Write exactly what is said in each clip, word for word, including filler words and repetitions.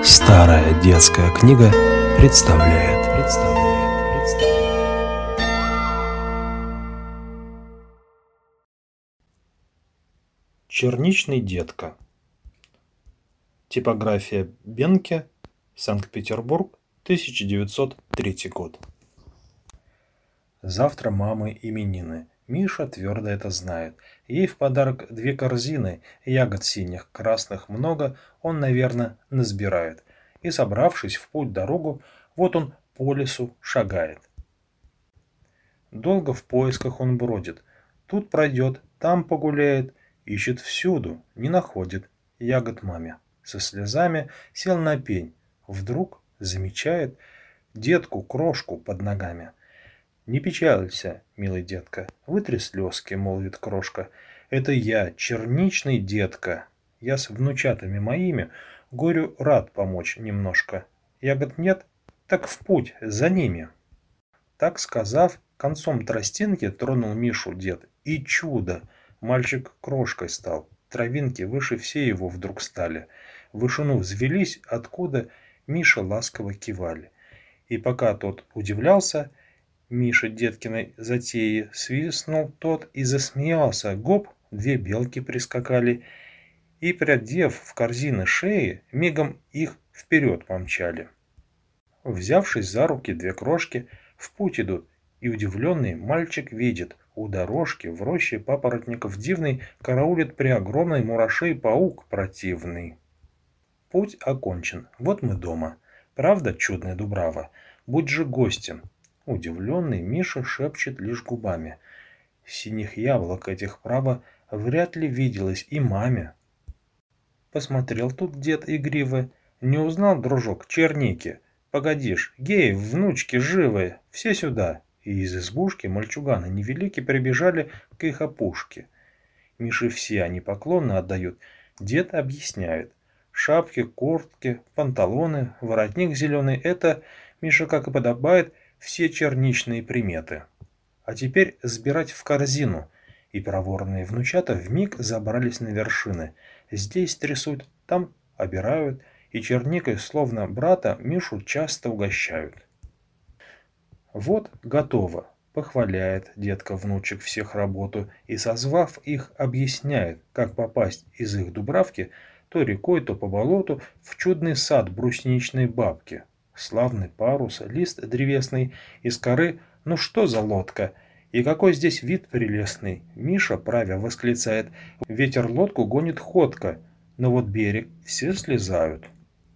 Старая детская книга представляет. представляет, представляет. Черничный детка. Типография Бенке, Санкт-Петербург, тысяча девятьсот третий год. Завтра мамы именины. Миша твердо это знает. Ей в подарок две корзины, ягод синих, красных много, он, наверное, насбирает. И, собравшись в путь дорогу, вот он по лесу шагает. Долго в поисках он бродит. Тут пройдет, там погуляет, ищет всюду, не находит. Ягод маме. Со слезами сел на пень. Вдруг замечает детку крошку под ногами. «Не печалься, милый детка, вытри слезки», — молвит крошка. «Это я, черничный детка. Я с внучатами моими горю рад помочь немножко. Ягод нет, так в путь за ними». Так сказав, концом тростинки тронул Мишу дед. И чудо! Мальчик крошкой стал. Травинки выше все его вдруг стали. В вышину взвелись, откуда Миша ласково кивали. И пока тот удивлялся, Миша деткиной затеи, свистнул тот и засмеялся. Гоп, две белки прискакали, и, придев в корзины шеи, мигом их вперед помчали. Взявшись за руки, две крошки в путь идут, и удивленный мальчик видит, у дорожки в роще папоротников дивный караулит преогромный мурашей паук противный. Путь окончен, вот мы дома. Правда, чудная Дубрава? Будь же гостем. Удивленный Миша шепчет лишь губами. Синих яблок этих, право, вряд ли виделось и маме. Посмотрел тут дед игриво, не узнал, дружок, черники. Погодишь, гей, внучки живые, все сюда. И из избушки мальчуганы невелики прибежали к их опушке. Мише все они поклонно отдают. Дед объясняет. Шапки, куртки, панталоны, воротник зеленый — это, Миша, как и подобает, все черничные приметы. А теперь сбирать в корзину. И проворные внучата вмиг забрались на вершины. Здесь трясут, там обирают, и черникой, словно брата, Мишу часто угощают. Вот готово. Похваляет детка внучек всех работу и, созвав их, объясняет, как попасть из их дубравки то рекой, то по болоту в чудный сад брусничной бабки. Славный парус, лист древесный, из коры, ну что за лодка? И какой здесь вид прелестный! Миша, правя, восклицает, ветер лодку гонит ходко, но вот берег все слезают.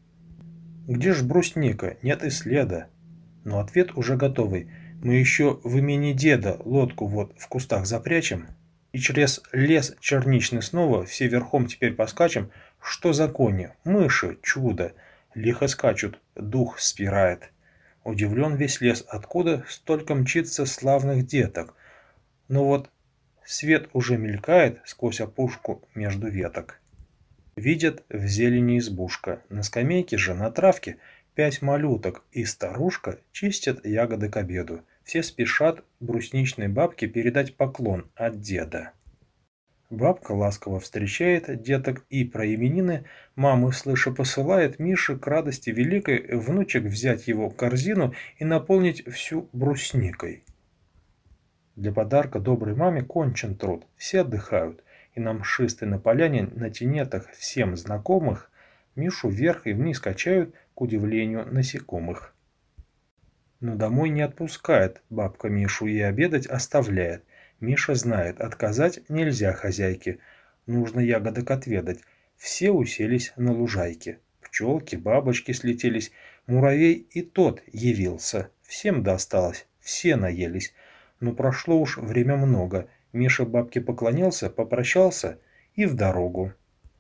Где ж брусника? Нет и следа. Но ответ уже готовый. Мы еще в имени деда лодку вот в кустах запрячем, и через лес черничный снова все верхом теперь поскачем. Что за кони? Мыши, чудо! Лихо скачут, дух спирает. Удивлен весь лес, откуда столько мчится славных деток. Но вот свет уже мелькает сквозь опушку между веток. Видят в зелени избушка, на скамейке же на травке пять малюток, и старушка чистит ягоды к обеду. Все спешат брусничной бабке передать поклон от деда. Бабка ласково встречает деток и про именины мамы, слыша, посылает Мише к радости великой внучек взять его корзину и наполнить всю брусникой. Для подарка доброй маме кончен труд, все отдыхают, и на мшистой на поляне на тенетах всем знакомых Мишу вверх и вниз качают, к удивлению насекомых. Но домой не отпускает бабка Мишу и обедать оставляет. Миша знает, отказать нельзя хозяйке, нужно ягодок отведать. Все уселись на лужайке. Пчелки, бабочки слетелись, муравей и тот явился. Всем досталось, все наелись. Но прошло уж время много. Миша бабке поклонился, попрощался и в дорогу.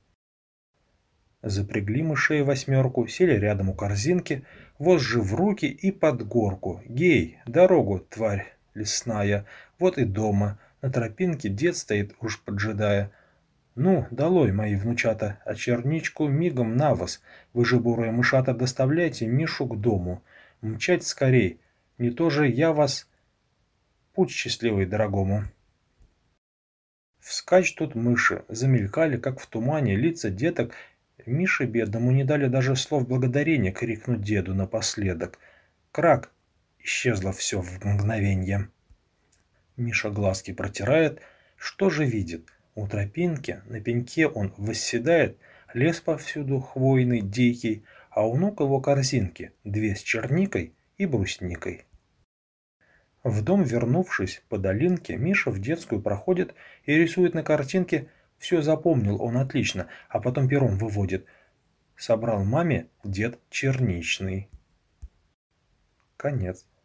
Запрягли мышей восьмерку, сели рядом у корзинки, вожжи в руки и под горку. Гей, дорогу, тварь лесная, вот и дома. На тропинке дед стоит уж поджидая. Ну, долой, мои внучата, а черничку мигом на вас. Вы же, бурые мышата, доставляйте Мишу к дому. Мчать скорей, не то же я вас... Путь счастливый дорогому. Вскачь тут мыши, замелькали, как в тумане, лица деток Мише бедному не дали даже слов благодарения крикнуть деду напоследок. Крак! Исчезло все в мгновенье. Миша глазки протирает. Что же видит? У тропинки на пеньке он восседает, лес повсюду хвойный, дикий, а у ног его корзинки, две с черникой и брусникой. В дом вернувшись по долинке, Миша в детскую проходит и рисует на картинке. Все запомнил он отлично, а потом пером выводит. Собрал маме дед черничный. Конец.